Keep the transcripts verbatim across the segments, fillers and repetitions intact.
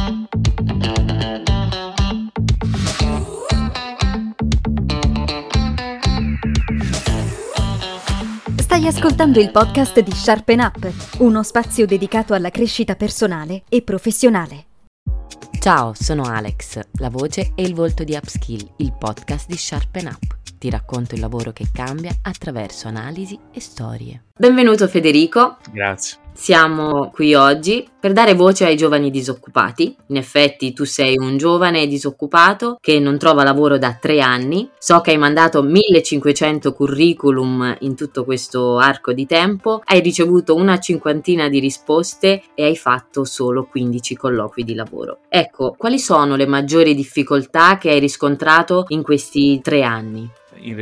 Stai ascoltando il podcast di Sharpen Up, uno spazio dedicato alla crescita personale e professionale. Ciao, sono Alex, la voce e il volto di Upskill, il podcast di Sharpen Up. Ti racconto il lavoro che cambia attraverso analisi e storie. Benvenuto Federico. Grazie. Siamo qui oggi per dare voce ai giovani disoccupati. In effetti tu sei un giovane disoccupato che non trova lavoro da tre anni. So che hai mandato millecinquecento curriculum in tutto questo arco di tempo, hai ricevuto una cinquantina di risposte e hai fatto solo quindici colloqui di lavoro. Ecco, quali sono le maggiori difficoltà che hai riscontrato in questi tre anni? In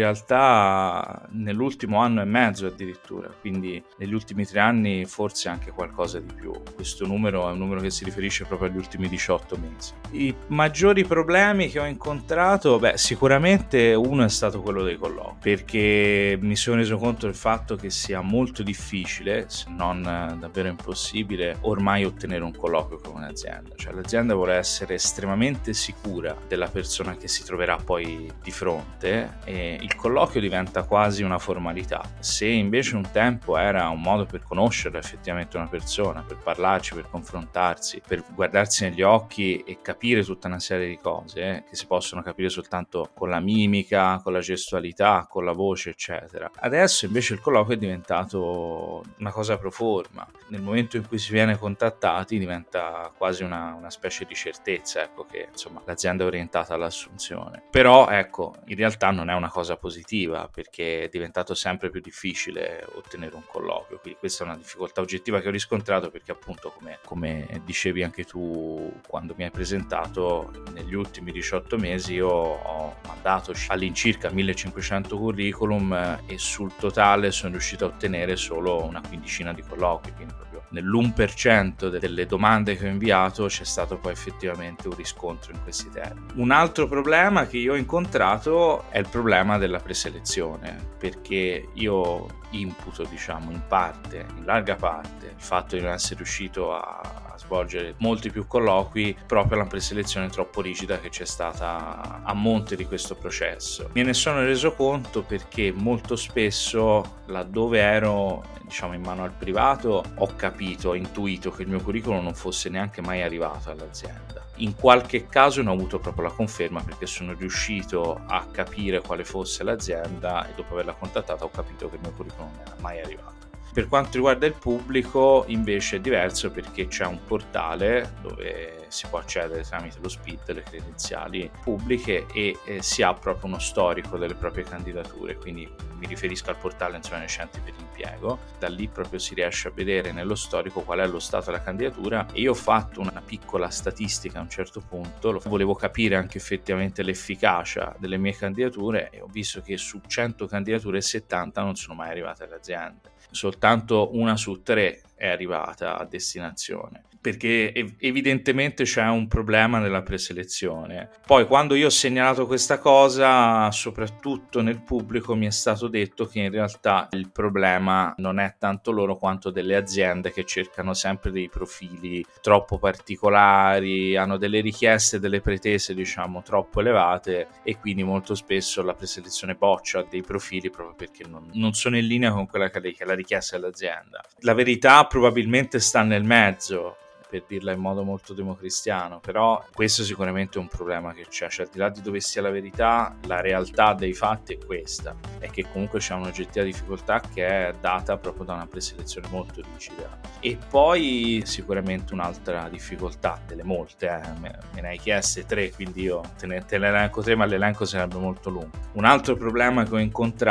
realtà nell'ultimo anno e mezzo addirittura, quindi negli ultimi tre anni forse anche qualcosa di più. Questo numero è un numero che si riferisce proprio agli ultimi diciotto mesi. I maggiori problemi che ho incontrato, beh, sicuramente uno è stato quello dei colloqui, perché mi sono reso conto del fatto che sia molto difficile, se non davvero impossibile, ormai ottenere un colloquio con un'azienda. Cioè l'azienda vuole essere estremamente sicura della persona che si troverà poi di fronte e il colloquio diventa quasi una formalità. Se invece un tempo era un modo per conoscere effettivamente una persona, per parlarci, per confrontarsi, per guardarsi negli occhi e capire tutta una serie di cose eh, che si possono capire soltanto con la mimica, con la gestualità, con la voce, eccetera. Adesso invece il colloquio è diventato una cosa pro forma. Nel momento in cui si viene contattati diventa quasi una, una specie di certezza, ecco, che insomma l'azienda è orientata all'assunzione. Però ecco, in realtà non è una cosa positiva, perché è diventato sempre più difficile ottenere un colloquio, quindi questa è una difficoltà oggettiva che ho riscontrato, perché appunto come, come dicevi anche tu quando mi hai presentato, negli ultimi diciotto mesi io ho mandato all'incirca millecinquecento curriculum e sul totale sono riuscito a ottenere solo una quindicina di colloqui, quindi proprio nell'uno per cento delle domande che ho inviato c'è stato poi effettivamente un riscontro in questi termini. Un altro problema che io ho incontrato è il problema della preselezione, perché io imputo, diciamo, in parte, in larga parte, il fatto di non essere riuscito a, a svolgere molti più colloqui proprio alla preselezione troppo rigida che c'è stata a monte di questo processo. Me ne sono reso conto perché molto spesso, laddove ero, diciamo, in mano al privato, ho capito, ho intuito che il mio curriculum non fosse neanche mai arrivato all'azienda. In qualche caso ne ho avuto proprio la conferma, perché sono riuscito a capire quale fosse l'azienda e dopo averla contattata ho capito che il mio curriculum non era mai arrivato. Per quanto riguarda il pubblico invece è diverso, perché c'è un portale dove si può accedere tramite lo S P I D, le credenziali pubbliche, e eh, si ha proprio uno storico delle proprie candidature, quindi mi riferisco al portale Nazionale Centri per l'Impiego. Da lì proprio si riesce a vedere nello storico qual è lo stato della candidatura, e io ho fatto una piccola statistica a un certo punto, volevo capire anche effettivamente l'efficacia delle mie candidature e ho visto che su cento candidature settanta non sono mai arrivate alle aziende. Soltanto una su tre è arrivata a destinazione, perché evidentemente c'è un problema nella preselezione. Poi quando io ho segnalato questa cosa, soprattutto nel pubblico, mi è stato detto che in realtà il problema non è tanto loro quanto delle aziende che cercano sempre dei profili troppo particolari, hanno delle richieste, delle pretese diciamo troppo elevate, e quindi molto spesso la preselezione boccia dei profili proprio perché non, non sono in linea con quella che è la richiesta dell'azienda. La verità probabilmente sta nel mezzo, per dirla in modo molto democristiano, però questo sicuramente è un problema che c'è, cioè al di là di dove sia la verità, la realtà dei fatti è questa, è che comunque c'è un'oggettiva difficoltà che è data proprio da una preselezione molto rigida. E poi sicuramente un'altra difficoltà, delle molte, eh, me, me ne hai chieste tre, quindi io te ne, te ne elenco tre, ma l'elenco sarebbe molto lungo. Un altro problema che ho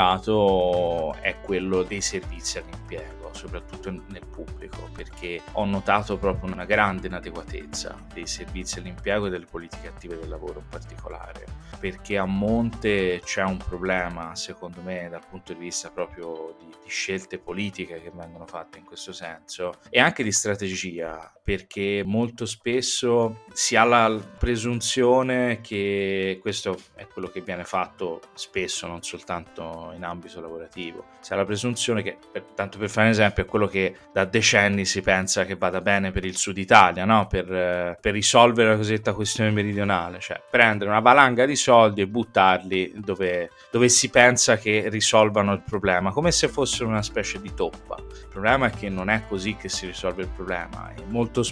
incontrato è quello dei servizi all'impiego, soprattutto nel pubblico, perché ho notato proprio una grande inadeguatezza dei servizi all'impiego e delle politiche attive del lavoro in particolare, perché a monte c'è un problema secondo me dal punto di vista proprio di, di scelte politiche che vengono fatte in questo senso e anche di strategia, perché molto spesso si ha la presunzione che questo è quello che viene fatto spesso, non soltanto in ambito lavorativo, si ha la presunzione che, per, tanto per fare un esempio, esempio è quello che da decenni si pensa che vada bene per il Sud Italia, no? per, eh, per risolvere la cosiddetta questione meridionale, cioè prendere una valanga di soldi e buttarli dove, dove si pensa che risolvano il problema, come se fossero una specie di toppa. Il problema è che non è così che si risolve il problema, e molto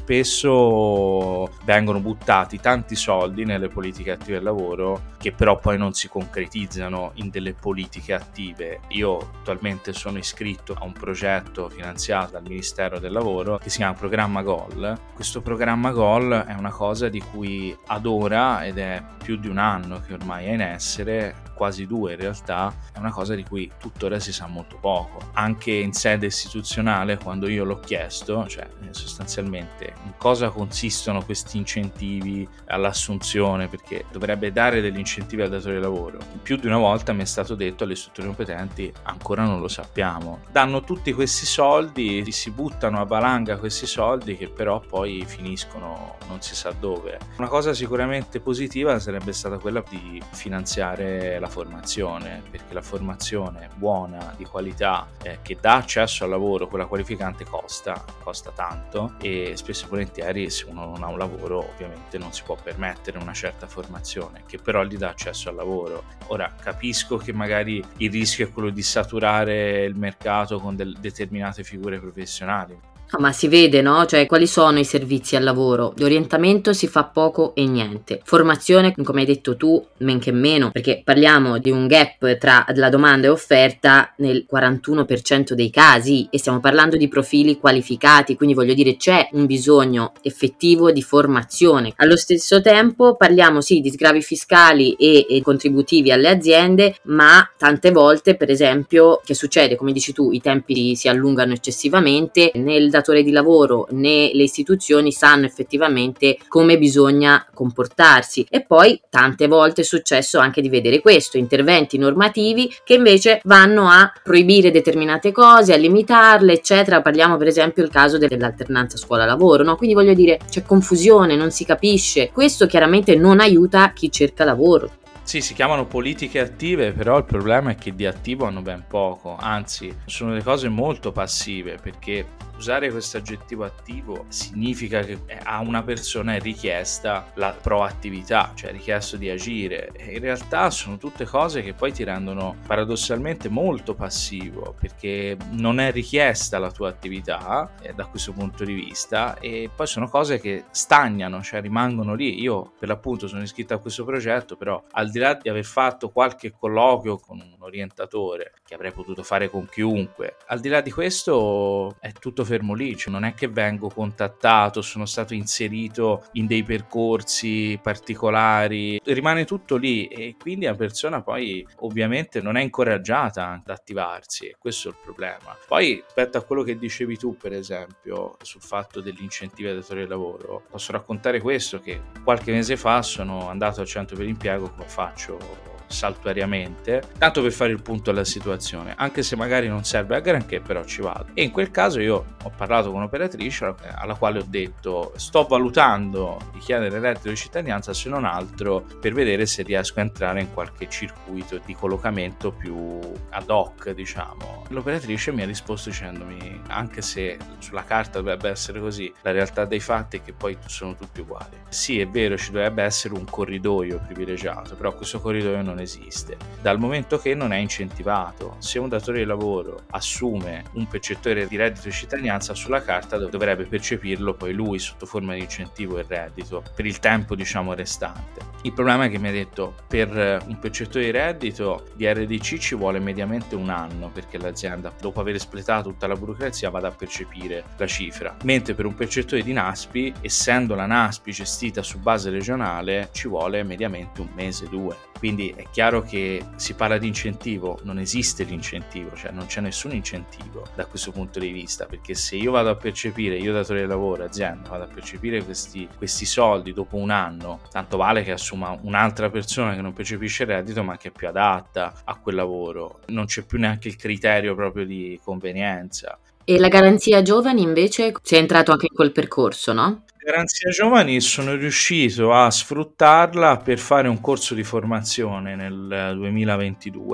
spesso vengono buttati tanti soldi nelle politiche attive del lavoro che però poi non si concretizzano in delle politiche attive. Io attualmente sono iscritto a un progetto finanziato dal Ministero del Lavoro che si chiama Programma Goal. Questo Programma Goal è una cosa di cui ad ora, ed è più di un anno che ormai è in essere, quasi due in realtà, è una cosa di cui tuttora si sa molto poco. Anche in sede istituzionale, quando io l'ho chiesto, cioè sostanzialmente in cosa consistono questi incentivi all'assunzione, perché dovrebbe dare degli incentivi al datore di lavoro, più di una volta mi è stato detto alle strutture competenti ancora non lo sappiamo. Danno tutti questi soldi, si buttano a valanga questi soldi che però poi finiscono non si sa dove. Una cosa sicuramente positiva sarebbe stata quella di finanziare la formazione, perché la formazione buona, di qualità, eh, che dà accesso al lavoro, quella qualificante, costa, costa tanto, e spesso e volentieri se uno non ha un lavoro ovviamente non si può permettere una certa formazione che però gli dà accesso al lavoro. Ora capisco che magari il rischio è quello di saturare il mercato con del- determinate figure professionali. No, ma si vede, no? Cioè, quali sono i servizi al lavoro? Di orientamento si fa poco e niente. Formazione, come hai detto tu, men che meno, perché parliamo di un gap tra la domanda e offerta nel quarantuno per cento dei casi, e stiamo parlando di profili qualificati, quindi voglio dire c'è un bisogno effettivo di formazione. Allo stesso tempo parliamo sì di sgravi fiscali e, e contributivi alle aziende, ma tante volte, per esempio, che succede? Come dici tu, i tempi si allungano eccessivamente, nel datore di lavoro né le istituzioni sanno effettivamente come bisogna comportarsi, e poi tante volte è successo anche di vedere questo, interventi normativi che invece vanno a proibire determinate cose, a limitarle eccetera. Parliamo per esempio del caso dell'alternanza scuola-lavoro, no? Quindi voglio dire c'è confusione, non si capisce, questo chiaramente non aiuta chi cerca lavoro. Sì, si chiamano politiche attive, però il problema è che di attivo hanno ben poco, anzi sono delle cose molto passive, perché usare questo aggettivo attivo significa che a una persona è richiesta la proattività, cioè è richiesto di agire, e in realtà sono tutte cose che poi ti rendono paradossalmente molto passivo, perché non è richiesta la tua attività eh, da questo punto di vista, e poi sono cose che stagnano, cioè rimangono lì. Io per l'appunto sono iscritto a questo progetto, però al di là di aver fatto qualche colloquio con un orientatore che avrei potuto fare con chiunque, al di là di questo è tutto fermo lì, cioè non è che vengo contattato, sono stato inserito in dei percorsi particolari, rimane tutto lì, e quindi la persona poi ovviamente non è incoraggiata ad attivarsi, e questo è il problema. Poi rispetto a quello che dicevi tu per esempio sul fatto degli incentivi ai datori di lavoro, posso raccontare questo, che qualche mese fa sono andato al centro per l'impiego, come faccio saltuariamente, tanto per fare il punto alla situazione, anche se magari non serve a granché, però ci vado. E in quel caso io ho parlato con un'operatrice alla quale ho detto: sto valutando di chiedere il reddito di cittadinanza, se non altro per vedere se riesco a entrare in qualche circuito di collocamento più ad hoc, diciamo. L'operatrice mi ha risposto dicendomi: anche se sulla carta dovrebbe essere così, la realtà dei fatti è che poi sono tutti uguali. Sì, è vero, ci dovrebbe essere un corridoio privilegiato, però questo corridoio non esiste, dal momento che non è incentivato. Se un datore di lavoro assume un percettore di reddito di cittadinanza, sulla carta dovrebbe percepirlo poi lui sotto forma di incentivo e reddito per il tempo, diciamo, restante. Il problema è che mi ha detto: per un percettore di reddito di R D C ci vuole mediamente un anno perché l'azienda, dopo aver espletato tutta la burocrazia, vada a percepire la cifra, mentre per un percettore di NASPI, essendo la NASPI gestita su base regionale, ci vuole mediamente un mese, due. Quindi è chiaro che si parla di incentivo, non esiste l'incentivo, cioè non c'è nessun incentivo da questo punto di vista, perché se io vado a percepire, io datore di lavoro, azienda, vado a percepire questi, questi soldi dopo un anno, tanto vale che assuma un'altra persona che non percepisce il reddito ma che è più adatta a quel lavoro, non c'è più neanche il criterio proprio di convenienza. E la garanzia giovani invece sei entrato anche in quel percorso, no? Garanzia Giovani sono riuscito a sfruttarla per fare un corso di formazione nel duemilaventidue.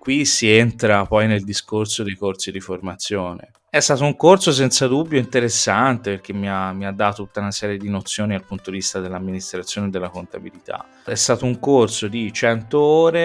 qui si entra poi nel discorso dei corsi di formazione. È stato un corso senza dubbio interessante perché mi ha, mi ha dato tutta una serie di nozioni dal punto di vista dell'amministrazione e della contabilità. È stato un corso di cento ore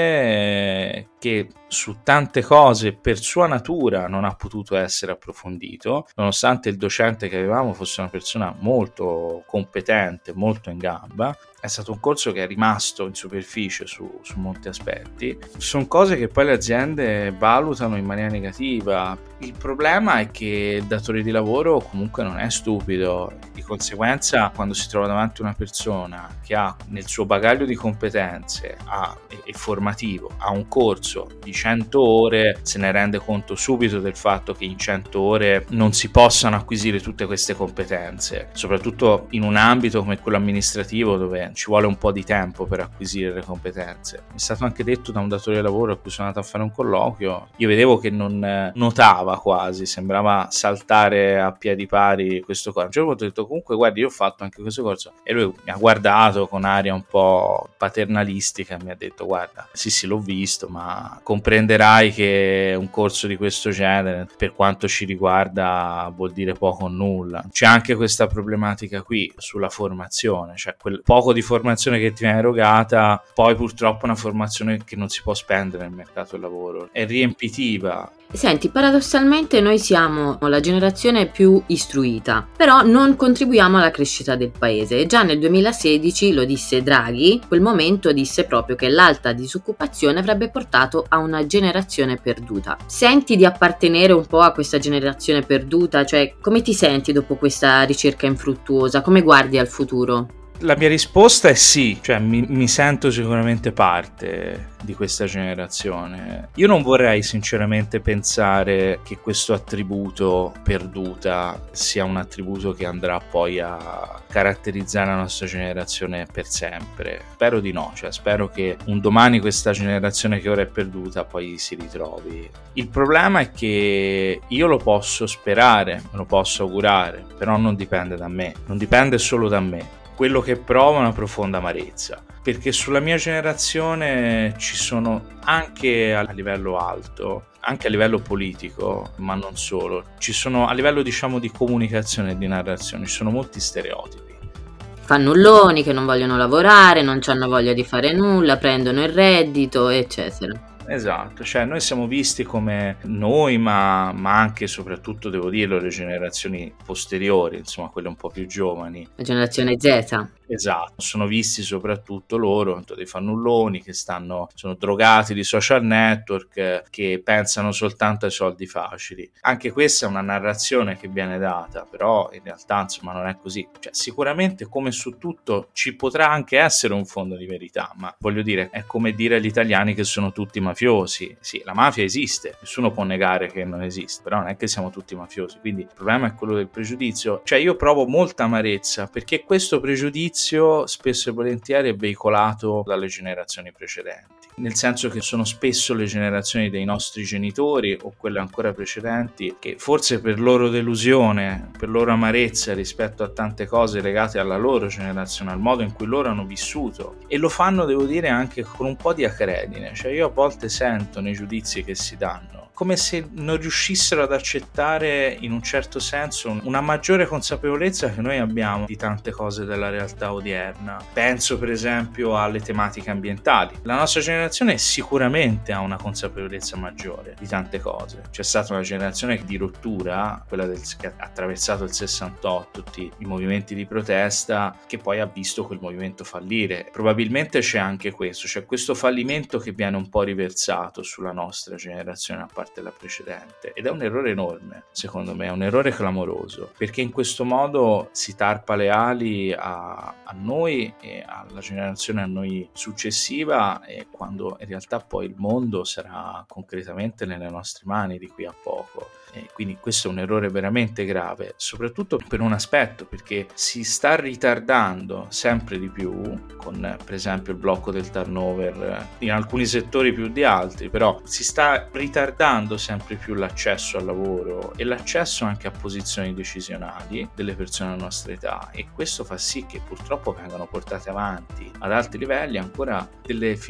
eh, che su tante cose per sua natura non ha potuto essere approfondito, nonostante il docente che avevamo fosse una persona molto competente, molto in gamba. È stato un corso che è rimasto in superficie su, su molti aspetti. Sono cose che poi le aziende valutano in maniera negativa. Il problema è che il datore di lavoro comunque non è stupido, di conseguenza quando si trova davanti una persona che ha nel suo bagaglio di competenze ha, e, e formativo ha un corso di cento ore, se ne rende conto subito del fatto che in cento ore non si possano acquisire tutte queste competenze, soprattutto in un ambito come quello amministrativo dove ci vuole un po' di tempo per acquisire le competenze. Mi è stato anche detto da un datore di lavoro a cui sono andato a fare un colloquio, io vedevo che non notava quasi, sembrava saltare a piedi pari questo corso. A un certo punto ho detto comunque guardi io ho fatto anche questo corso e lui mi ha guardato con aria un po' paternalistica e mi ha detto guarda sì sì l'ho visto ma comprenderai che un corso di questo genere per quanto ci riguarda vuol dire poco o nulla. C'è anche questa problematica qui sulla formazione, cioè quel poco di formazione che ti viene erogata, poi purtroppo una formazione che non si può spendere nel mercato del lavoro, è riempitiva. Senti, paradossalmente noi siamo la generazione più istruita, però non contribuiamo alla crescita del paese. Già nel duemilasedici, lo disse Draghi, quel momento disse proprio che l'alta disoccupazione avrebbe portato a una generazione perduta. Senti di appartenere un po' a questa generazione perduta? Cioè, come ti senti dopo questa ricerca infruttuosa? Come guardi al futuro? La mia risposta è sì, cioè mi, mi sento sicuramente parte di questa generazione. Io non vorrei sinceramente pensare che questo attributo perduta sia un attributo che andrà poi a caratterizzare la nostra generazione per sempre. Spero di no, cioè spero che un domani questa generazione che ora è perduta poi si ritrovi. Il problema è che io lo posso sperare, me lo posso augurare, però non dipende da me, non dipende solo da me. Quello che provo è una profonda amarezza, perché sulla mia generazione ci sono anche a livello alto, anche a livello politico, ma non solo, ci sono a livello diciamo di comunicazione e di narrazione, ci sono molti stereotipi. Fannulloni che non vogliono lavorare, non hanno voglia di fare nulla, prendono il reddito, eccetera. Esatto, cioè noi siamo visti come noi, ma, ma anche e soprattutto, devo dirlo, le generazioni posteriori, insomma quelle un po' più giovani. La generazione Z. Esatto, sono visti soprattutto loro, dei fannulloni che stanno, sono drogati di social network, che pensano soltanto ai soldi facili. Anche questa è una narrazione che viene data, però in realtà insomma non è così. Cioè, sicuramente come su tutto ci potrà anche essere un fondo di verità, ma voglio dire, è come dire agli italiani che sono tutti mafiosi. Sì, la mafia esiste, nessuno può negare che non esiste, però non è che siamo tutti mafiosi, quindi il problema è quello del pregiudizio. Cioè io provo molta amarezza perché questo pregiudizio spesso e volentieri è veicolato dalle generazioni precedenti, nel senso che sono spesso le generazioni dei nostri genitori o quelle ancora precedenti che forse per loro delusione, per loro amarezza rispetto a tante cose legate alla loro generazione, al modo in cui loro hanno vissuto, e lo fanno, devo dire, anche con un po' di acredine. Cioè io a volte sento nei giudizi che si danno come se non riuscissero ad accettare in un certo senso una maggiore consapevolezza che noi abbiamo di tante cose della realtà odierna. Penso per esempio alle tematiche ambientali. La nostra generazione sicuramente ha una consapevolezza maggiore di tante cose. C'è stata una generazione di rottura, quella del, che ha attraversato il sessantotto, tutti i movimenti di protesta, che poi ha visto quel movimento fallire. Probabilmente c'è anche questo, c'è questo fallimento che viene un po' riversato sulla nostra generazione a parte la precedente, ed è un errore enorme, secondo me, è un errore clamoroso, perché in questo modo si tarpa le ali a, a noi e alla generazione a noi successiva, e quando in realtà poi il mondo sarà concretamente nelle nostre mani di qui a poco. E quindi questo è un errore veramente grave, soprattutto per un aspetto, perché si sta ritardando sempre di più con per esempio il blocco del turnover in alcuni settori più di altri, però si sta ritardando sempre più l'accesso al lavoro e l'accesso anche a posizioni decisionali delle persone della nostra età, e questo fa sì che purtroppo vengano portate avanti ad alti livelli ancora delle filosofie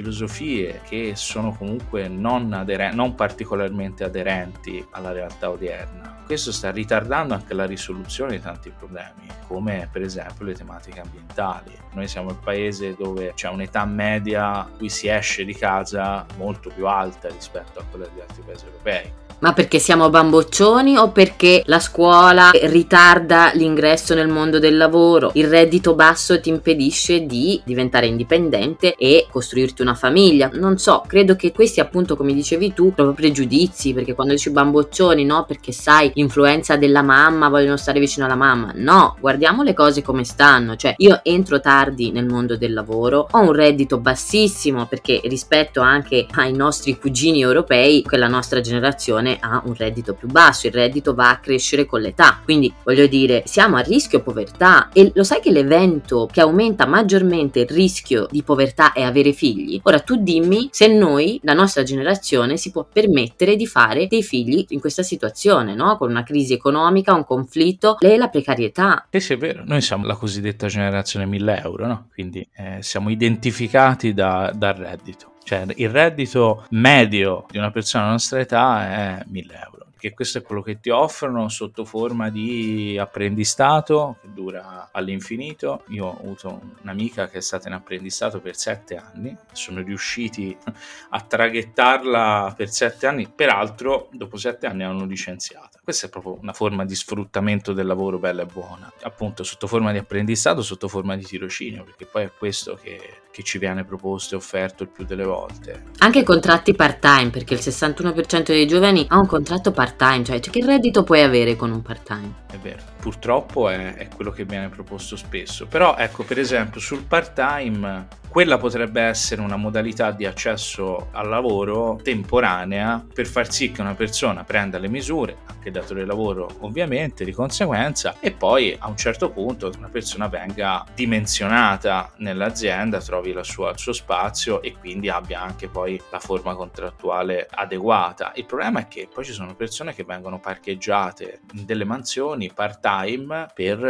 filosofie che sono comunque non, aderen- non particolarmente aderenti alla realtà odierna. Questo sta ritardando anche la risoluzione di tanti problemi, come per esempio le tematiche ambientali. Noi siamo il paese dove c'è un'età media a cui si esce di casa molto più alta rispetto a quella di altri paesi europei. Ma perché siamo bamboccioni o perché la scuola ritarda l'ingresso nel mondo del lavoro? Il reddito basso ti impedisce di diventare indipendente e costruirti una famiglia? Non so, credo che questi, appunto, come dicevi tu, proprio pregiudizi, perché quando dici bamboccioni, no, perché sai l'influenza della mamma, vogliono stare vicino alla mamma. No, guardiamo le cose come stanno. Cioè, io entro tardi nel mondo del lavoro, ho un reddito bassissimo, perché rispetto anche ai nostri cugini europei, che la nostra generazione ha un reddito più basso, il reddito va a crescere con l'età, quindi voglio dire, siamo a rischio povertà. E lo sai che l'evento che aumenta maggiormente il rischio di povertà è avere figli? Ora tu dimmi se noi, la nostra generazione, si può permettere di fare dei figli in questa situazione, no? Con una crisi economica, un conflitto e la precarietà. E sì, è vero, noi siamo la cosiddetta generazione mille euro, no? Quindi eh, siamo identificati da, dal reddito. Cioè il reddito medio di una persona della nostra età è mille euro, perché questo è quello che ti offrono sotto forma di apprendistato che dura all'infinito. Io ho avuto un'amica che è stata in apprendistato per sette anni, sono riusciti a traghettarla per sette anni, peraltro dopo sette anni l'hanno licenziata. Questa è proprio una forma di sfruttamento del lavoro bella e buona, appunto sotto forma di apprendistato, sotto forma di tirocinio, perché poi è questo che, che ci viene proposto e offerto il più delle volte. Anche contratti part-time, perché il sessantuno per cento dei giovani ha un contratto part-time, cioè, cioè che reddito puoi avere con un part-time? È vero, purtroppo è, è quello che viene proposto spesso, però ecco, per esempio sul part-time quella potrebbe essere una modalità di accesso al lavoro temporanea per far sì che una persona prenda le misure, anche il datore di lavoro ovviamente di conseguenza, e poi a un certo punto una persona venga dimensionata nell'azienda, trovi la sua, il suo spazio e quindi abbia anche poi la forma contrattuale adeguata. Il problema è che poi ci sono persone che vengono parcheggiate in delle mansioni part-time per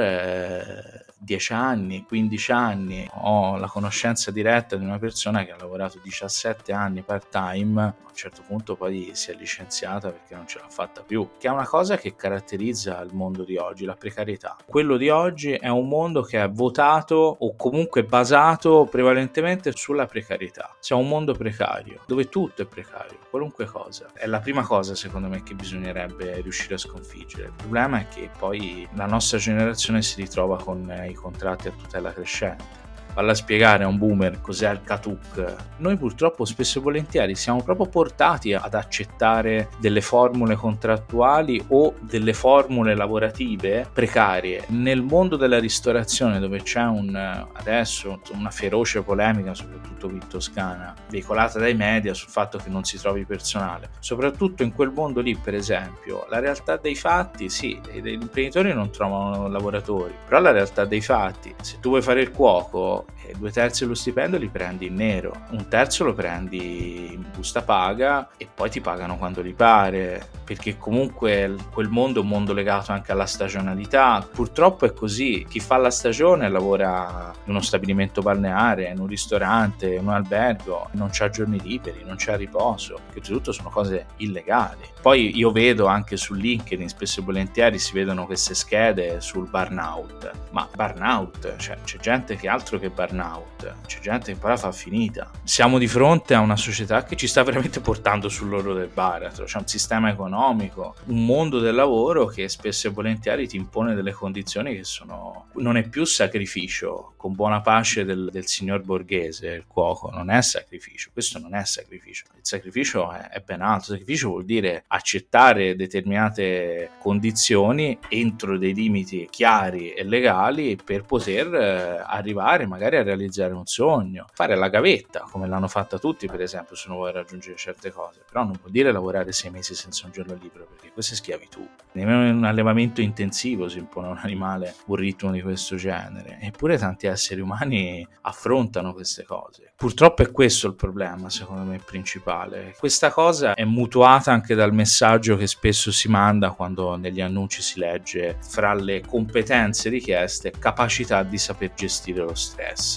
eh, dieci anni, quindici anni. Ho la conoscenza diretta di una persona che ha lavorato diciassette anni part-time, a un certo punto poi si è licenziata perché non ce l'ha fatta più, che è una cosa che caratterizza il mondo di oggi, la precarietà. Quello di oggi è un mondo che è votato o comunque basato prevalentemente sulla precarietà. C'è un mondo precario, dove tutto è precario, qualunque cosa. È la prima cosa secondo me che bisognerebbe riuscire a sconfiggere. Il problema è che poi la nostra generazione si ritrova con i contratti a tutela crescente. Valla a spiegare a un boomer cos'è il C A T U C. Noi purtroppo spesso e volentieri siamo proprio portati ad accettare delle formule contrattuali o delle formule lavorative precarie. Nel mondo della ristorazione, dove c'è un, adesso una feroce polemica, soprattutto qui in Toscana, veicolata dai media sul fatto che non si trovi personale, soprattutto in quel mondo lì, per esempio, la realtà dei fatti, sì, gli imprenditori non trovano lavoratori, però la realtà dei fatti, se tu vuoi fare il cuoco, e due terzi dello stipendio li prendi in nero, un terzo lo prendi in busta paga e poi ti pagano quando li pare, perché comunque quel mondo è un mondo legato anche alla stagionalità. Purtroppo è così, chi fa la stagione lavora in uno stabilimento balneare, in un ristorante, in un albergo, non c'ha giorni liberi, non c'ha riposo, che oltretutto sono cose illegali. Poi io vedo anche su LinkedIn, spesso e volentieri si vedono queste schede sul burnout, ma burnout, cioè c'è gente che altro che burnout, c'è gente che poi la fa finita. Siamo di fronte a una società che ci sta veramente portando sull'orlo del baratro, c'è un sistema economico, un mondo del lavoro che spesso e volentieri ti impone delle condizioni che sono, non è più sacrificio, con buona pace del, del signor Borghese, il cuoco, non è sacrificio, questo non è sacrificio, il sacrificio è, è ben altro. Il sacrificio vuol dire accettare determinate condizioni entro dei limiti chiari e legali per poter eh, arrivare magari a realizzare un sogno, fare la gavetta come l'hanno fatta tutti, per esempio, se uno vuole raggiungere certe cose. Però non vuol dire lavorare sei mesi senza un giorno libero, perché questa è schiavitù. Nemmeno in un allevamento intensivo si impone a un animale un ritmo di questo genere, eppure tanti esseri umani affrontano queste cose. Purtroppo è questo il problema, secondo me, principale. Questa cosa è mutuata anche dal messaggio che spesso si manda quando negli annunci si legge fra le competenze richieste capacità di saper gestire lo stress.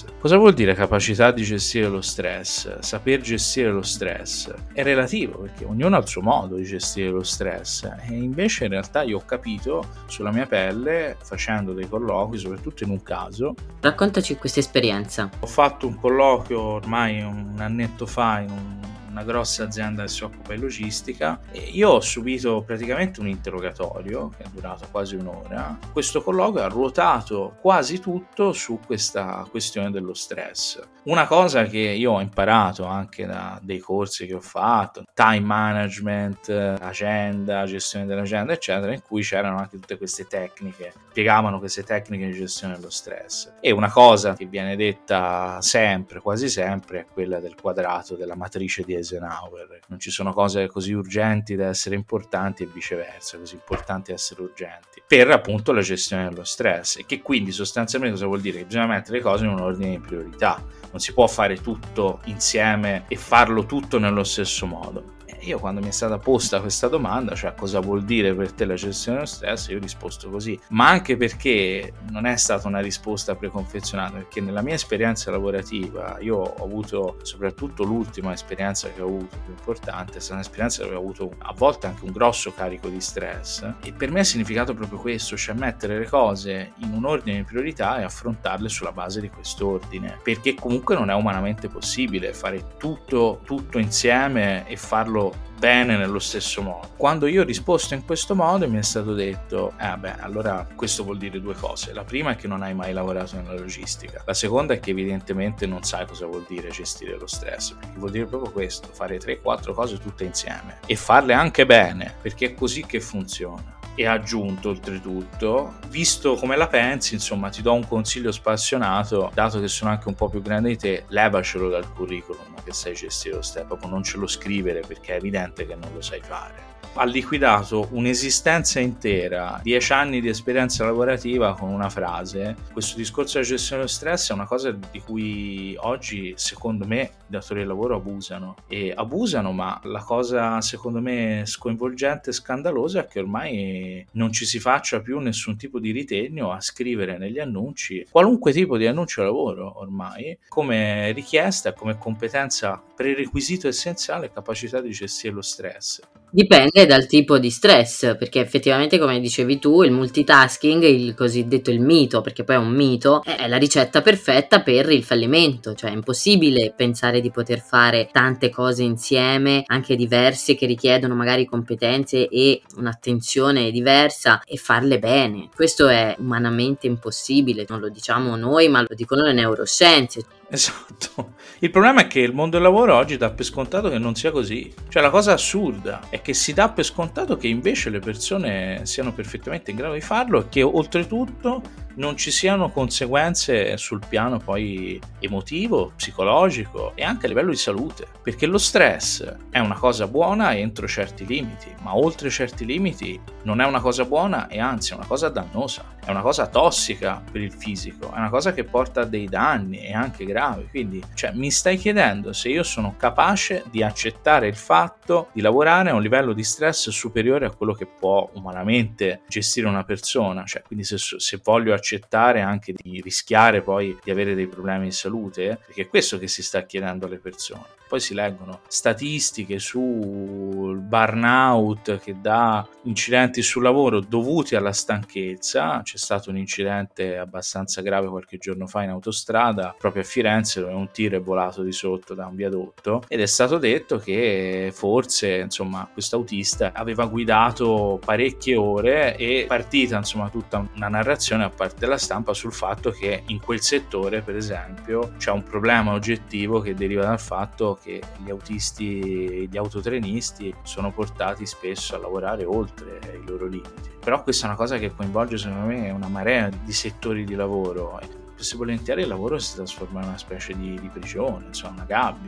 stress. Cosa vuol dire capacità di gestire lo stress? Saper gestire lo stress è relativo, perché ognuno ha il suo modo di gestire lo stress, e invece in realtà io ho capito sulla mia pelle, facendo dei colloqui, soprattutto in un caso. Raccontaci questa esperienza. Ho fatto un colloquio ormai un annetto fa in un una grossa azienda che si occupa di logistica, e io ho subito praticamente un interrogatorio che è durato quasi un'ora. Questo colloquio ha ruotato quasi tutto su questa questione dello stress. Una cosa che io ho imparato anche da dei corsi che ho fatto, time management, agenda, gestione dell'agenda, eccetera, in cui c'erano anche tutte queste tecniche, spiegavano queste tecniche di gestione dello stress. E una cosa che viene detta sempre, quasi sempre, è quella del quadrato della matrice di Eisenhower. Non ci sono cose così urgenti da essere importanti e viceversa, così importanti da essere urgenti, per appunto la gestione dello stress, e che quindi sostanzialmente cosa vuol dire? Che bisogna mettere le cose in un ordine di priorità, non si può fare tutto insieme e farlo tutto nello stesso modo. Io, quando mi è stata posta questa domanda, cioè cosa vuol dire per te la gestione dello stress, io ho risposto così, ma anche perché non è stata una risposta preconfezionata, perché nella mia esperienza lavorativa io ho avuto, soprattutto l'ultima esperienza che ho avuto più importante, è stata un'esperienza dove ho avuto a volte anche un grosso carico di stress, e per me ha significato proprio questo, cioè mettere le cose in un ordine di priorità e affrontarle sulla base di quest'ordine, perché comunque non è umanamente possibile fare tutto tutto insieme e farlo bene nello stesso modo. Quando io ho risposto in questo modo mi è stato detto eh beh, allora questo vuol dire due cose. La prima è che non hai mai lavorato nella logistica, la seconda è che evidentemente non sai cosa vuol dire gestire lo stress, perché vuol dire proprio questo, fare tre quattro cose tutte insieme e farle anche bene, perché è così che funziona. E ha aggiunto oltretutto, visto come la pensi, insomma ti do un consiglio spassionato, dato che sono anche un po' più grande di te, levacelo dal curriculum che sai gestire lo stress, proprio non ce lo scrivere, perché è evidente che non lo sai fare. Ha liquidato un'esistenza intera, dieci anni di esperienza lavorativa con una frase. Questo discorso della gestione dello stress è una cosa di cui oggi, secondo me, i datori di lavoro abusano. E abusano, ma la cosa, secondo me, sconvolgente e scandalosa è che ormai non ci si faccia più nessun tipo di ritegno a scrivere negli annunci, qualunque tipo di annuncio lavoro ormai, come richiesta e come competenza, prerequisito essenziale, capacità di gestire lo stress. Dipende dal tipo di stress, perché effettivamente, come dicevi tu, il multitasking, il cosiddetto il mito, perché poi è un mito, è la ricetta perfetta per il fallimento, cioè è impossibile pensare di poter fare tante cose insieme, anche diverse, che richiedono magari competenze e un'attenzione diversa, e farle bene. Questo è umanamente impossibile, non lo diciamo noi, ma lo dicono le neuroscienze. Esatto. Il problema è che il mondo del lavoro oggi dà per scontato che non sia così. Cioè, la cosa assurda è che si dà per scontato che invece le persone siano perfettamente in grado di farlo, e che oltretutto non ci siano conseguenze sul piano poi emotivo, psicologico e anche a livello di salute, perché lo stress è una cosa buona entro certi limiti, ma oltre certi limiti non è una cosa buona, e anzi è una cosa dannosa, è una cosa tossica per il fisico, è una cosa che porta a dei danni e anche gravi. Quindi, cioè, mi stai chiedendo se io sono capace di accettare il fatto di lavorare a un livello di stress superiore a quello che può umanamente gestire una persona, cioè quindi se, se voglio accettare anche di rischiare poi di avere dei problemi di salute, perché è questo che si sta chiedendo alle persone. Poi si leggono statistiche sul burnout che dà incidenti sul lavoro dovuti alla stanchezza. C'è stato un incidente abbastanza grave qualche giorno fa in autostrada proprio a Firenze, dove un tiro è volato di sotto da un viadotto, ed è stato detto che forse, insomma, questo autista aveva guidato parecchie ore, e partita, insomma, tutta una narrazione a parte della stampa sul fatto che in quel settore, per esempio, c'è un problema oggettivo che deriva dal fatto che gli autisti, gli autotrenisti sono portati spesso a lavorare oltre i loro limiti. Però questa è una cosa che coinvolge, secondo me, una marea di settori di lavoro, e spesso e volentieri il lavoro si trasforma in una specie di, di prigione, insomma una gabbia.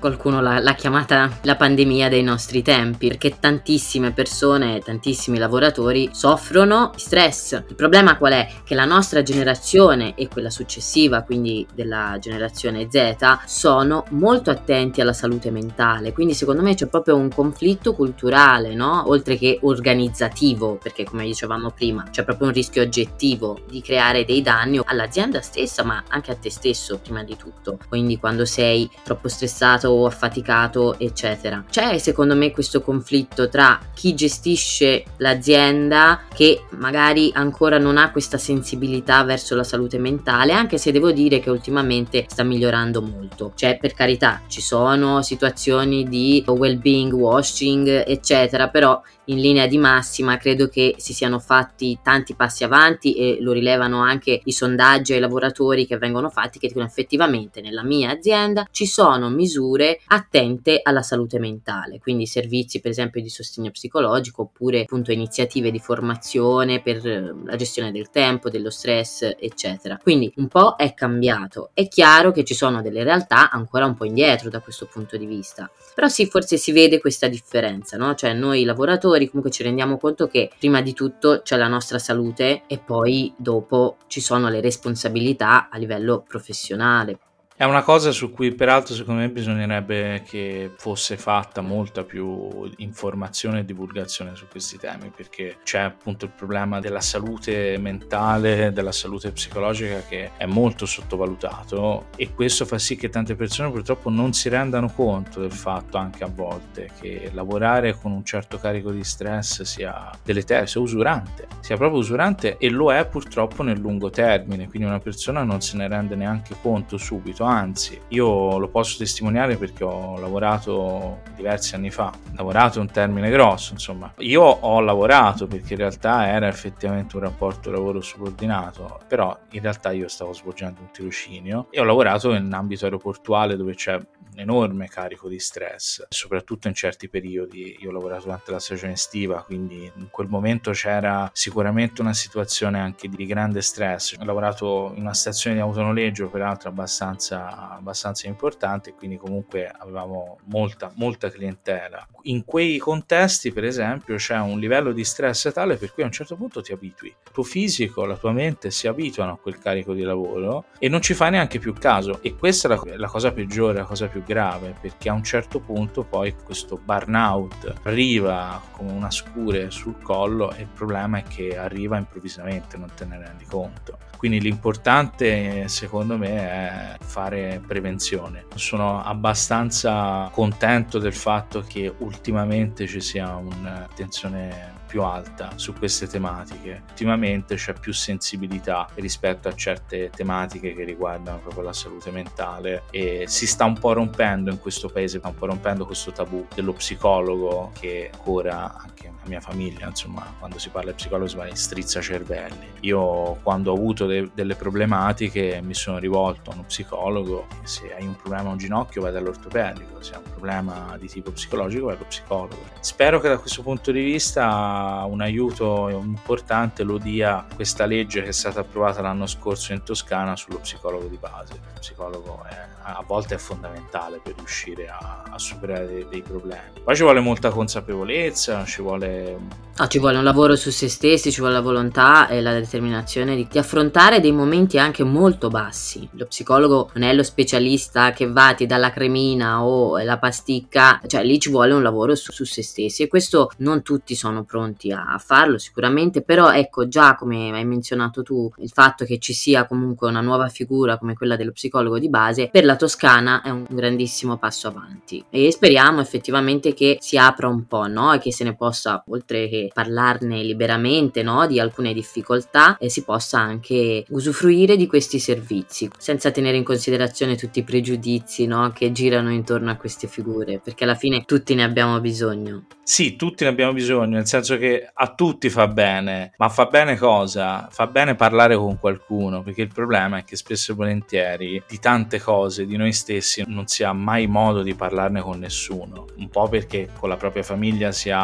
Qualcuno l'ha, l'ha chiamata la pandemia dei nostri tempi, perché tantissime persone, tantissimi lavoratori soffrono di stress. Il problema qual è? Che la nostra generazione e quella successiva, quindi della generazione Z, sono molto attenti alla salute mentale, quindi secondo me c'è proprio un conflitto culturale, no? Oltre che organizzativo, perché come dicevamo prima c'è proprio un rischio oggettivo di creare dei danni all'azienda stessa, ma anche a te stesso prima di tutto. Quindi quando sei troppo stressato o affaticato, eccetera, c'è secondo me questo conflitto tra chi gestisce l'azienda, che magari ancora non ha questa sensibilità verso la salute mentale, anche se devo dire che ultimamente sta migliorando molto. Cioè, per carità, ci sono situazioni di well-being washing, eccetera, però in linea di massima credo che si siano fatti tanti passi avanti, e lo rilevano anche i sondaggi ai lavoratori che vengono fatti, che dicono effettivamente nella mia azienda ci sono misure attente alla salute mentale, quindi servizi per esempio di sostegno psicologico, oppure appunto iniziative di formazione per la gestione del tempo, dello stress, eccetera. Quindi un po' è cambiato. È chiaro che ci sono delle realtà ancora un po' indietro da questo punto di vista, però sì, forse si vede questa differenza, no? Cioè noi lavoratori comunque ci rendiamo conto che prima di tutto c'è la nostra salute e poi dopo ci sono le responsabilità a livello professionale. È una cosa su cui peraltro secondo me bisognerebbe che fosse fatta molta più informazione e divulgazione su questi temi, perché c'è appunto il problema della salute mentale, della salute psicologica, che è molto sottovalutato, e questo fa sì che tante persone purtroppo non si rendano conto del fatto, anche a volte, che lavorare con un certo carico di stress sia deleterio, sia usurante, sia proprio usurante, e lo è purtroppo nel lungo termine, quindi una persona non se ne rende neanche conto subito. Anzi, io lo posso testimoniare perché ho lavorato diversi anni fa. Lavorato è un termine grosso, insomma. Io ho lavorato perché in realtà era effettivamente un rapporto lavoro subordinato, però in realtà io stavo svolgendo un tirocinio e ho lavorato in ambito aeroportuale, dove c'è un enorme carico di stress, soprattutto in certi periodi. Io ho lavorato durante la stagione estiva, quindi in quel momento c'era sicuramente una situazione anche di grande stress. Ho lavorato in una stazione di autonoleggio, peraltro abbastanza abbastanza importante, quindi comunque avevamo molta molta clientela. In quei contesti, per esempio, c'è un livello di stress tale per cui a un certo punto ti abitui. Il tuo fisico, la tua mente si abituano a quel carico di lavoro e non ci fai neanche più caso, e questa è la, la cosa peggiore, la cosa più grave, perché a un certo punto poi questo burnout arriva come una scure sul collo, e il problema è che arriva improvvisamente, non te ne rendi conto. Quindi l'importante secondo me è fare prevenzione. Sono abbastanza contento del fatto che ultimamente ci sia un'attenzione più alta su queste tematiche. Ultimamente c'è più sensibilità rispetto a certe tematiche che riguardano proprio la salute mentale, e si sta un po' rompendo in questo paese, sta un po' rompendo questo tabù dello psicologo, che ancora anche la mia famiglia, insomma, quando si parla di psicologo si parla di strizzacervelli. Io quando ho avuto de- delle problematiche mi sono rivolto a uno psicologo. Se hai un problema a un ginocchio vai dall'ortopedico, se hai un problema di tipo psicologico vai allo psicologo. Spero che da questo punto di vista un aiuto importante lo dia questa legge che è stata approvata l'anno scorso in Toscana sullo psicologo di base. Lo psicologo è, a volte è fondamentale per riuscire a, a superare dei, dei problemi. Poi ci vuole molta consapevolezza, ci vuole No, ci vuole un lavoro su se stessi, ci vuole la volontà e la determinazione di, di affrontare dei momenti anche molto bassi. Lo psicologo non è lo specialista che va, ti dà la cremina o la pasticca, cioè lì ci vuole un lavoro su, su se stessi, e questo non tutti sono pronti a, a farlo sicuramente, però ecco, già come hai menzionato tu, il fatto che ci sia comunque una nuova figura come quella dello psicologo di base per la Toscana è un grandissimo passo avanti, e speriamo effettivamente che si apra un po', no? E che se ne possa, oltre che parlarne liberamente, no, di alcune difficoltà, e si possa anche usufruire di questi servizi senza tenere in considerazione tutti i pregiudizi, no, che girano intorno a queste figure, perché alla fine tutti ne abbiamo bisogno. Sì, tutti ne abbiamo bisogno, nel senso che a tutti fa bene, ma fa bene cosa? Fa bene parlare con qualcuno, perché il problema è che spesso e volentieri di tante cose di noi stessi non si ha mai modo di parlarne con nessuno, un po' perché con la propria famiglia si ha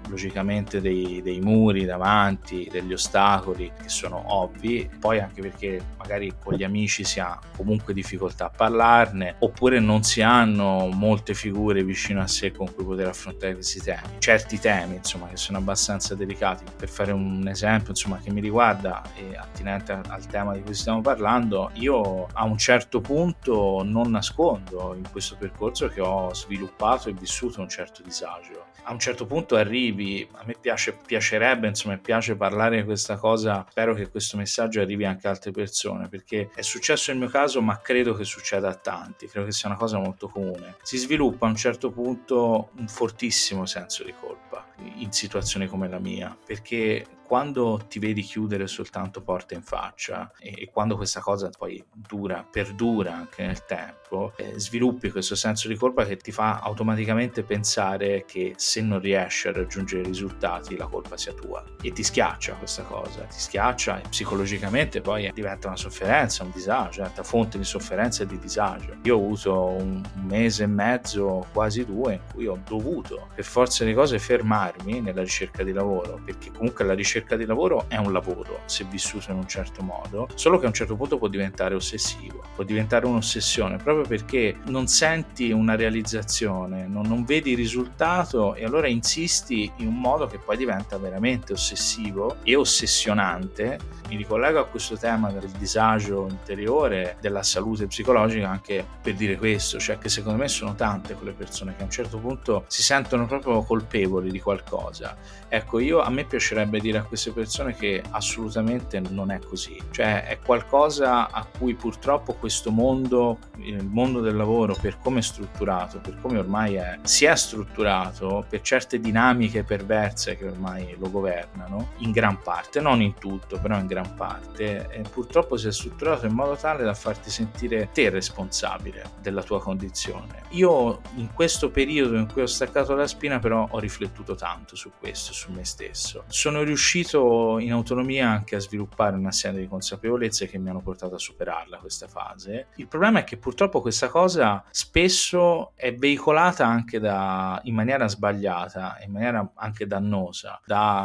logicamente dei, dei muri davanti, degli ostacoli che sono ovvi, poi anche perché magari con gli amici si ha comunque difficoltà a parlarne, oppure non si hanno molte figure vicino a sé con cui poter affrontare questi temi, certi temi insomma che sono abbastanza delicati. Per fare un esempio insomma che mi riguarda e attinente al tema di cui stiamo parlando, io a un certo punto non nascondo in questo percorso che ho sviluppato e vissuto un certo disagio. A un certo punto arrivi, a me piace, piacerebbe, insomma, piace parlare di questa cosa, spero che questo messaggio arrivi anche a altre persone, perché è successo nel mio caso, ma credo che succeda a tanti, credo che sia una cosa molto comune. Si sviluppa a un certo punto un fortissimo senso di colpa in situazioni come la mia, perché quando ti vedi chiudere soltanto porte in faccia e, e quando questa cosa poi dura, perdura anche nel tempo, eh, sviluppi questo senso di colpa che ti fa automaticamente pensare che se non riesci a raggiungere i risultati la colpa sia tua, e ti schiaccia questa cosa, ti schiaccia e psicologicamente poi diventa una sofferenza, un disagio, diventa fonte di sofferenza e di disagio. Io ho avuto un mese e mezzo, quasi due, in cui ho dovuto per forza di cose fermarmi nella ricerca di lavoro, perché comunque la ricerca ricerca di lavoro è un lavoro se vissuto in un certo modo, solo che a un certo punto può diventare ossessivo, può diventare un'ossessione proprio perché non senti una realizzazione, non, non vedi il risultato e allora insisti in un modo che poi diventa veramente ossessivo e ossessionante. Mi ricollego a questo tema del disagio interiore, della salute psicologica, anche per dire questo, cioè che secondo me sono tante quelle persone che a un certo punto si sentono proprio colpevoli di qualcosa. Ecco, io a me piacerebbe dire a queste persone che assolutamente non è così, cioè è qualcosa a cui purtroppo questo mondo, il mondo del lavoro, per come è strutturato, per come ormai è, si è strutturato, per certe dinamiche perverse che ormai lo governano, in gran parte, non in tutto, però in gran parte, e purtroppo si è strutturato in modo tale da farti sentire te responsabile della tua condizione. Io in questo periodo in cui ho staccato la spina però ho riflettuto tanto su questo, su me stesso. Sono riuscito in autonomia anche a sviluppare una serie di consapevolezze che mi hanno portato a superarla questa fase. Il problema è che purtroppo questa cosa spesso è veicolata anche da, in maniera sbagliata, in maniera anche dannosa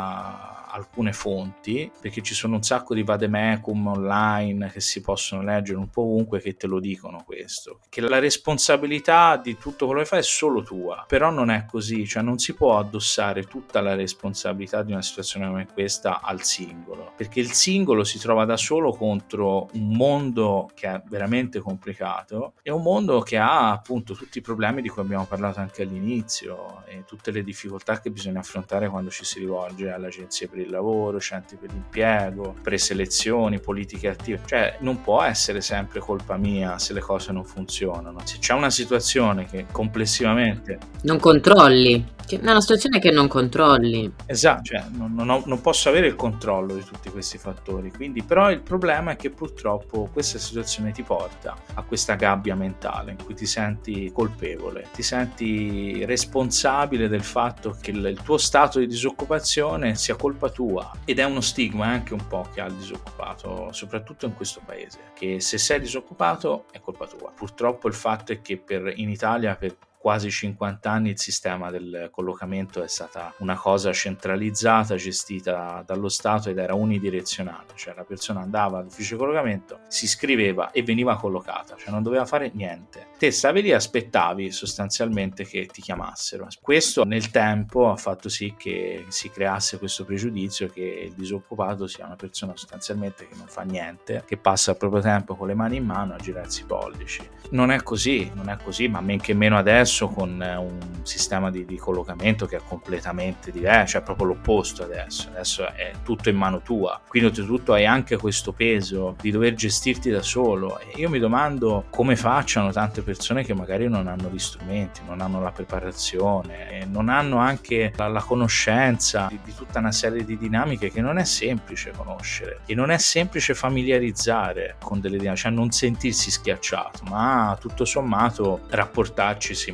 da alcune fonti, perché ci sono un sacco di vademecum online che si possono leggere un po' ovunque che te lo dicono questo, che la responsabilità di tutto quello che fai è solo tua, però non è così, cioè non si può addossare tutta la responsabilità di una situazione come questa al singolo, perché il singolo si trova da solo contro un mondo che è veramente complicato e un mondo che ha appunto tutti i problemi di cui abbiamo parlato anche all'inizio e tutte le difficoltà che bisogna affrontare quando ci si rivolge alle agenzie per il lavoro, centri per l'impiego, preselezioni, politiche attive. Cioè non può essere sempre colpa mia se le cose non funzionano. Se c'è una situazione che complessivamente non controlli, è una situazione che non controlli. Esatto, cioè non, non, ho, non posso avere il controllo di tutti questi fattori, quindi però il problema è che purtroppo questa situazione ti porta a questa gabbia mentale in cui ti senti colpevole, ti senti responsabile del fatto che il, il tuo stato di disoccupazione sia colpa tua, ed è uno stigma anche un po' che ha il disoccupato, soprattutto in questo paese, che se sei disoccupato è colpa tua. Purtroppo il fatto è che per, in Italia per quasi cinquanta anni il sistema del collocamento è stata una cosa centralizzata, gestita dallo Stato ed era unidirezionale, cioè la persona andava all'ufficio di collocamento, si iscriveva e veniva collocata, cioè non doveva fare niente. Te stavi lì e aspettavi sostanzialmente che ti chiamassero. Questo nel tempo ha fatto sì che si creasse questo pregiudizio che il disoccupato sia una persona sostanzialmente che non fa niente, che passa il proprio tempo con le mani in mano a girarsi i pollici. Non è così, non è così, ma men che meno adesso con un sistema di, di collocamento che è completamente diverso, cioè proprio l'opposto adesso, adesso è tutto in mano tua, quindi oltretutto hai anche questo peso di dover gestirti da solo, e io mi domando come facciano tante persone che magari non hanno gli strumenti, non hanno la preparazione, non hanno anche la, la conoscenza di, di tutta una serie di dinamiche che non è semplice conoscere e non è semplice familiarizzare con delle dinamiche, cioè non sentirsi schiacciato, ma tutto sommato rapportarci in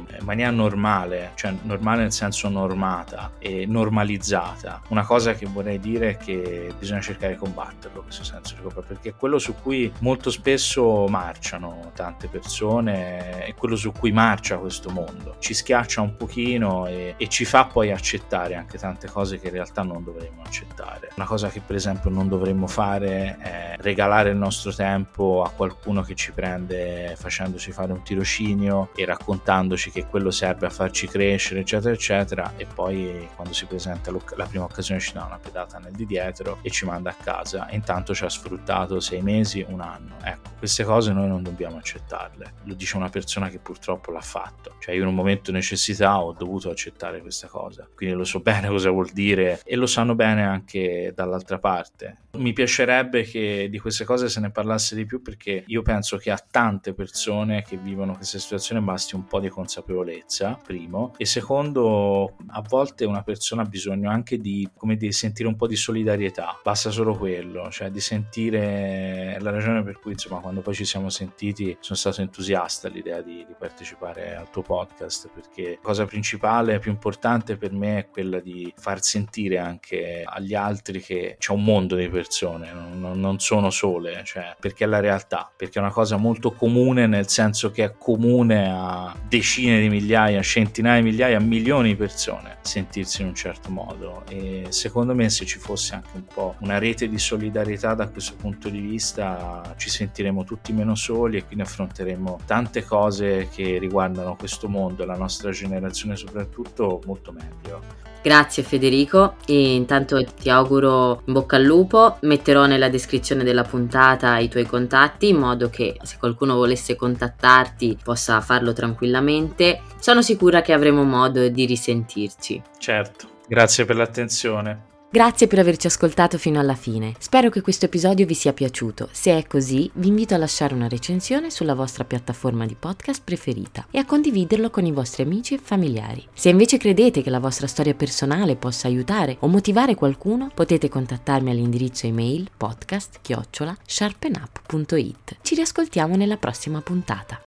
in maniera normale, cioè normale nel senso normata e normalizzata. Una cosa che vorrei dire è che bisogna cercare di combatterlo, questo senso di colpa, perché è quello su cui molto spesso marciano tante persone, è quello su cui marcia questo mondo. Ci schiaccia un pochino e, e ci fa poi accettare anche tante cose che in realtà non dovremmo accettare. Una cosa che per esempio non dovremmo fare è regalare il nostro tempo a qualcuno che ci prende facendoci fare un tirocinio e raccontandoci che quello serve a farci crescere, eccetera eccetera, e poi quando si presenta la prima occasione ci dà una pedata nel di dietro e ci manda a casa, e intanto ci ha sfruttato sei mesi, un anno. Ecco, queste cose noi non dobbiamo accettarle. Lo dice una persona che purtroppo l'ha fatto, cioè io in un momento di necessità ho dovuto accettare questa cosa, quindi lo so bene cosa vuol dire e lo sanno bene anche dall'altra parte. Mi piacerebbe che di queste cose se ne parlasse di più, perché io penso che a tante persone che vivono questa situazione basti un po' di consapevolezza, primo, e secondo, a volte una persona ha bisogno anche di, come dire, sentire un po' di solidarietà, basta solo quello, cioè di sentire. La ragione per cui insomma quando poi ci siamo sentiti sono stato entusiasta all'idea di, di partecipare al tuo podcast, perché la cosa principale, più importante per me è quella di far sentire anche agli altri che c'è un mondo di persone, non, non sono sole, cioè, perché è la realtà, perché è una cosa molto comune, nel senso che è comune a decine di migliaia, centinaia di migliaia, milioni di persone sentirsi in un certo modo, e secondo me se ci fosse anche un po' una rete di solidarietà da questo punto di vista ci sentiremo tutti meno soli e quindi affronteremo tante cose che riguardano questo mondo e la nostra generazione soprattutto molto meglio. Grazie Federico, e intanto ti auguro in bocca al lupo. Metterò nella descrizione della puntata i tuoi contatti in modo che se qualcuno volesse contattarti possa farlo tranquillamente. Sono sicura che avremo modo di risentirci. Certo, grazie per l'attenzione. Grazie per averci ascoltato fino alla fine. Spero che questo episodio vi sia piaciuto. Se è così, vi invito a lasciare una recensione sulla vostra piattaforma di podcast preferita e a condividerlo con i vostri amici e familiari. Se invece credete che la vostra storia personale possa aiutare o motivare qualcuno, potete contattarmi all'indirizzo email podcast chiocciola sharpenup punto it. Ci riascoltiamo nella prossima puntata.